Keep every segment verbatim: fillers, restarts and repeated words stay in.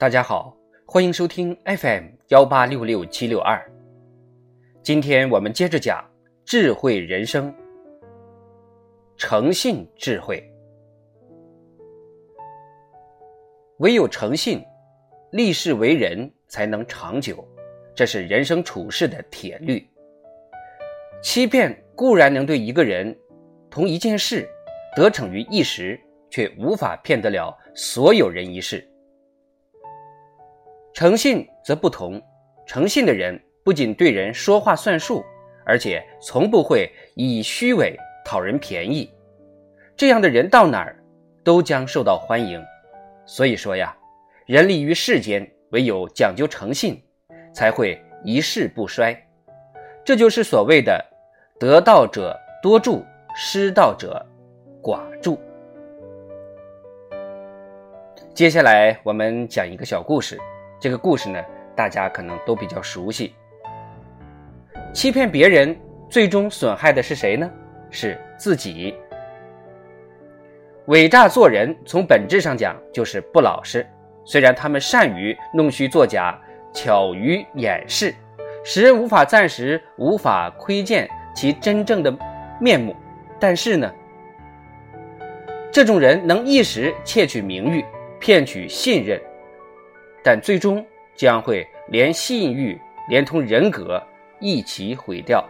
大家好，欢迎收听 F M 一八六六七六二。今天我们接着讲智慧人生，诚信智慧。唯有诚信，立事为人才能长久，这是人生处事的铁律。欺骗固然能对一个人同一件事得逞于一时，却无法骗得了所有人一世。诚信则不同，诚信的人不仅对人说话算数，而且从不会以虚伪讨人便宜。这样的人到哪儿都将受到欢迎。所以说呀，人立于世间，唯有讲究诚信，才会一世不衰。这就是所谓的得道者多助，失道者寡助。接下来我们讲一个小故事，这个故事呢，大家可能都比较熟悉。欺骗别人，最终损害的是谁呢？是自己。伪诈做人，从本质上讲就是不老实。虽然他们善于弄虚作假，巧于掩饰，使人无法暂时无法窥见其真正的面目，但是呢，这种人能一时窃取名誉，骗取信任，但最终将会连信誉连同人格一起毁掉。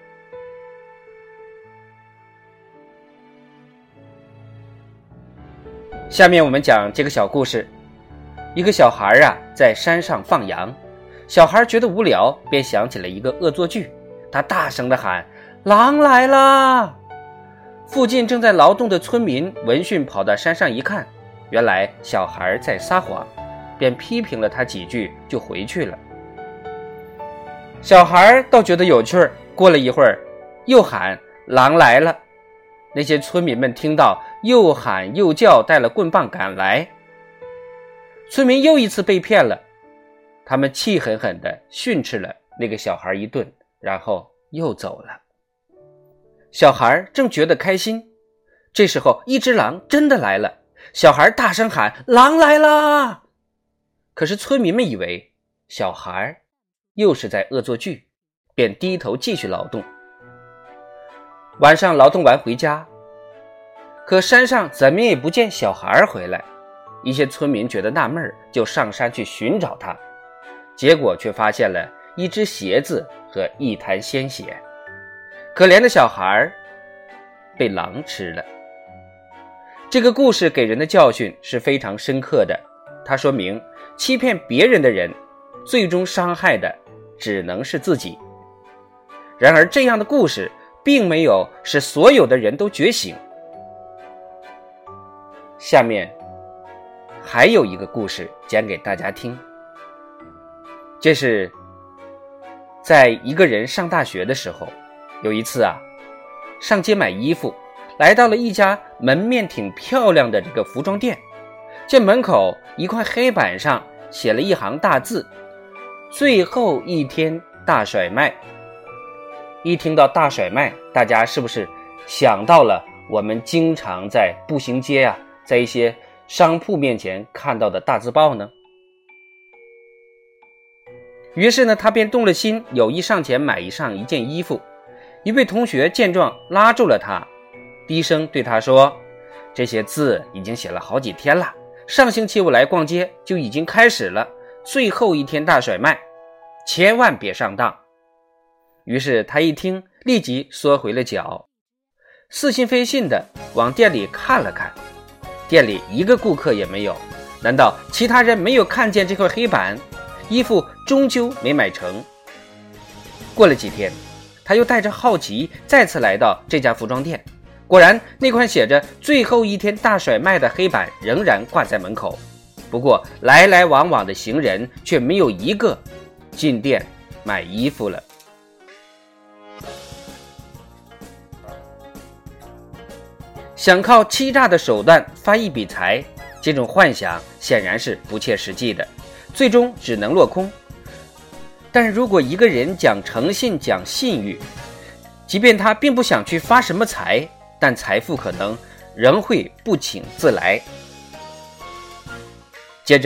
下面我们讲这个小故事。一个小孩啊，在山上放羊，小孩觉得无聊，便想起了一个恶作剧，他大声地喊：狼来了！附近正在劳动的村民闻讯跑到山上一看，原来小孩在撒谎，便批评了他几句就回去了。小孩倒觉得有趣儿，过了一会儿又喊狼来了。那些村民们听到又喊又叫，带了棍棒赶来。村民又一次被骗了，他们气狠狠地训斥了那个小孩一顿，然后又走了。小孩正觉得开心，这时候一只狼真的来了，小孩大声喊狼来了。可是村民们以为小孩又是在恶作剧，便低头继续劳动。晚上劳动完回家，可山上怎么也不见小孩回来，一些村民觉得纳闷，就上山去寻找他，结果却发现了一只鞋子和一滩鲜血。可怜的小孩被狼吃了。这个故事给人的教训是非常深刻的，它说明欺骗别人的人最终伤害的只能是自己。然而这样的故事并没有使所有的人都觉醒。下面还有一个故事讲给大家听。这是在一个人上大学的时候，有一次啊，上街买衣服，来到了一家门面挺漂亮的这个服装店，见门口一块黑板上写了一行大字：最后一天大甩卖。一听到大甩卖，大家是不是想到了我们经常在步行街啊，在一些商铺面前看到的大字报呢？于是呢，他便动了心，有意上前买上一件衣服。一位同学见状拉住了他，低声对他说：这些字已经写了好几天了，上星期我来逛街就已经开始了，最后一天大甩卖，千万别上当。于是他一听，立即缩回了脚，似信非信的往店里看了看，店里一个顾客也没有。难道其他人没有看见这块黑板？衣服终究没买成。过了几天，他又带着好奇再次来到这家服装店，果然那块写着最后一天大甩卖的黑板仍然挂在门口，不过来来往往的行人却没有一个进店买衣服了。想靠欺诈的手段发一笔财，这种幻想显然是不切实际的，最终只能落空。但如果一个人讲诚信讲信誉，即便他并不想去发什么财，但财富可能仍会不请自来。接着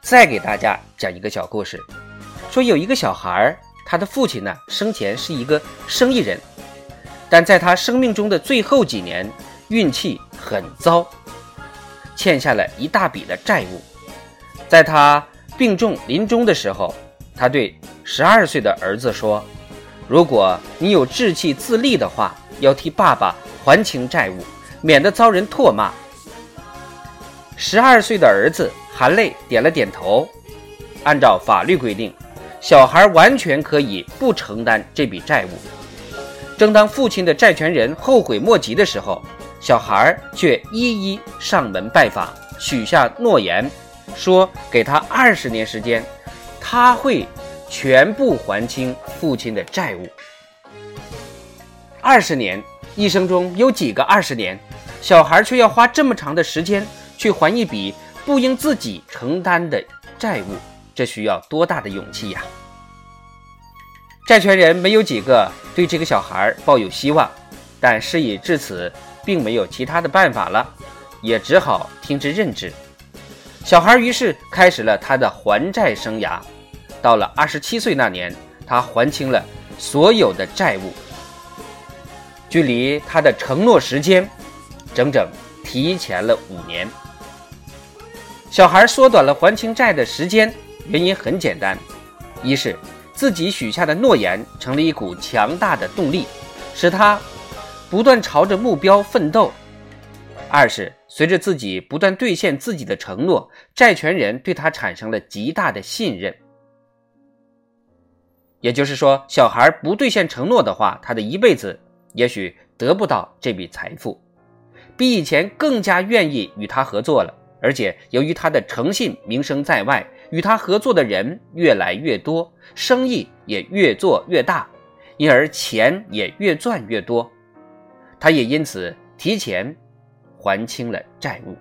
再给大家讲一个小故事，说有一个小孩，他的父亲呢生前是一个生意人，但在他生命中的最后几年运气很糟，欠下了一大笔的债务。在他病重临终的时候，他对十二岁的儿子说，如果你有志气自立的话，要替爸爸还清债务，免得遭人唾骂。十二岁的儿子含泪点了点头。按照法律规定，小孩完全可以不承担这笔债务。正当父亲的债权人后悔莫及的时候，小孩却一一上门拜访，许下诺言，说给他二十年时间，他会全部还清父亲的债务。二十年，一生中有几个二十年，小孩却要花这么长的时间去还一笔不应自己承担的债务，这需要多大的勇气呀！债权人没有几个对这个小孩抱有希望，但事已至此，并没有其他的办法了，也只好听之任之。小孩于是开始了他的还债生涯。到了二十七岁那年，他还清了所有的债务，距离他的承诺时间整整提前了五年。小孩缩短了还清债的时间，原因很简单，一是自己许下的诺言成了一股强大的动力，使他不断朝着目标奋斗；二是随着自己不断兑现自己的承诺，债权人对他产生了极大的信任。也就是说，小孩不兑现承诺的话，他的一辈子也许得不到这笔财富，比以前更加愿意与他合作了。而且由于他的诚信名声在外，与他合作的人越来越多，生意也越做越大，因而钱也越赚越多，他也因此提前还清了债务。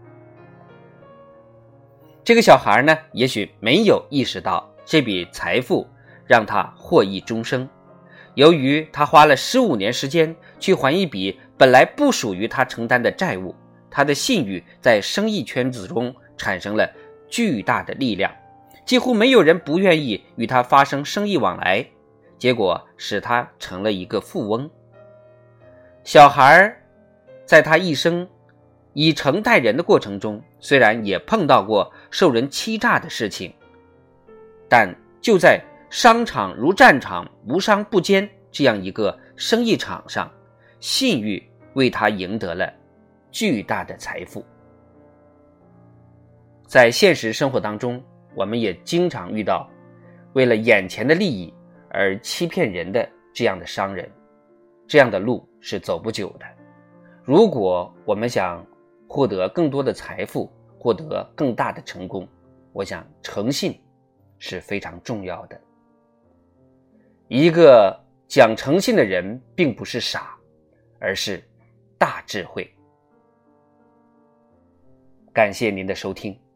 这个小孩呢，也许没有意识到这笔财富让他获益终生。由于他花了十五年时间去还一笔本来不属于他承担的债务，他的信誉在生意圈子中产生了巨大的力量，几乎没有人不愿意与他发生生意往来，结果使他成了一个富翁。小孩在他一生以诚待人的过程中，虽然也碰到过受人欺诈的事情，但就在商场如战场，无商不奸这样一个生意场上，信誉为他赢得了巨大的财富。在现实生活当中，我们也经常遇到为了眼前的利益而欺骗人的这样的商人，这样的路是走不久的。如果我们想获得更多的财富，获得更大的成功，我想诚信是非常重要的。一个讲诚信的人并不是傻，而是大智慧。感谢您的收听。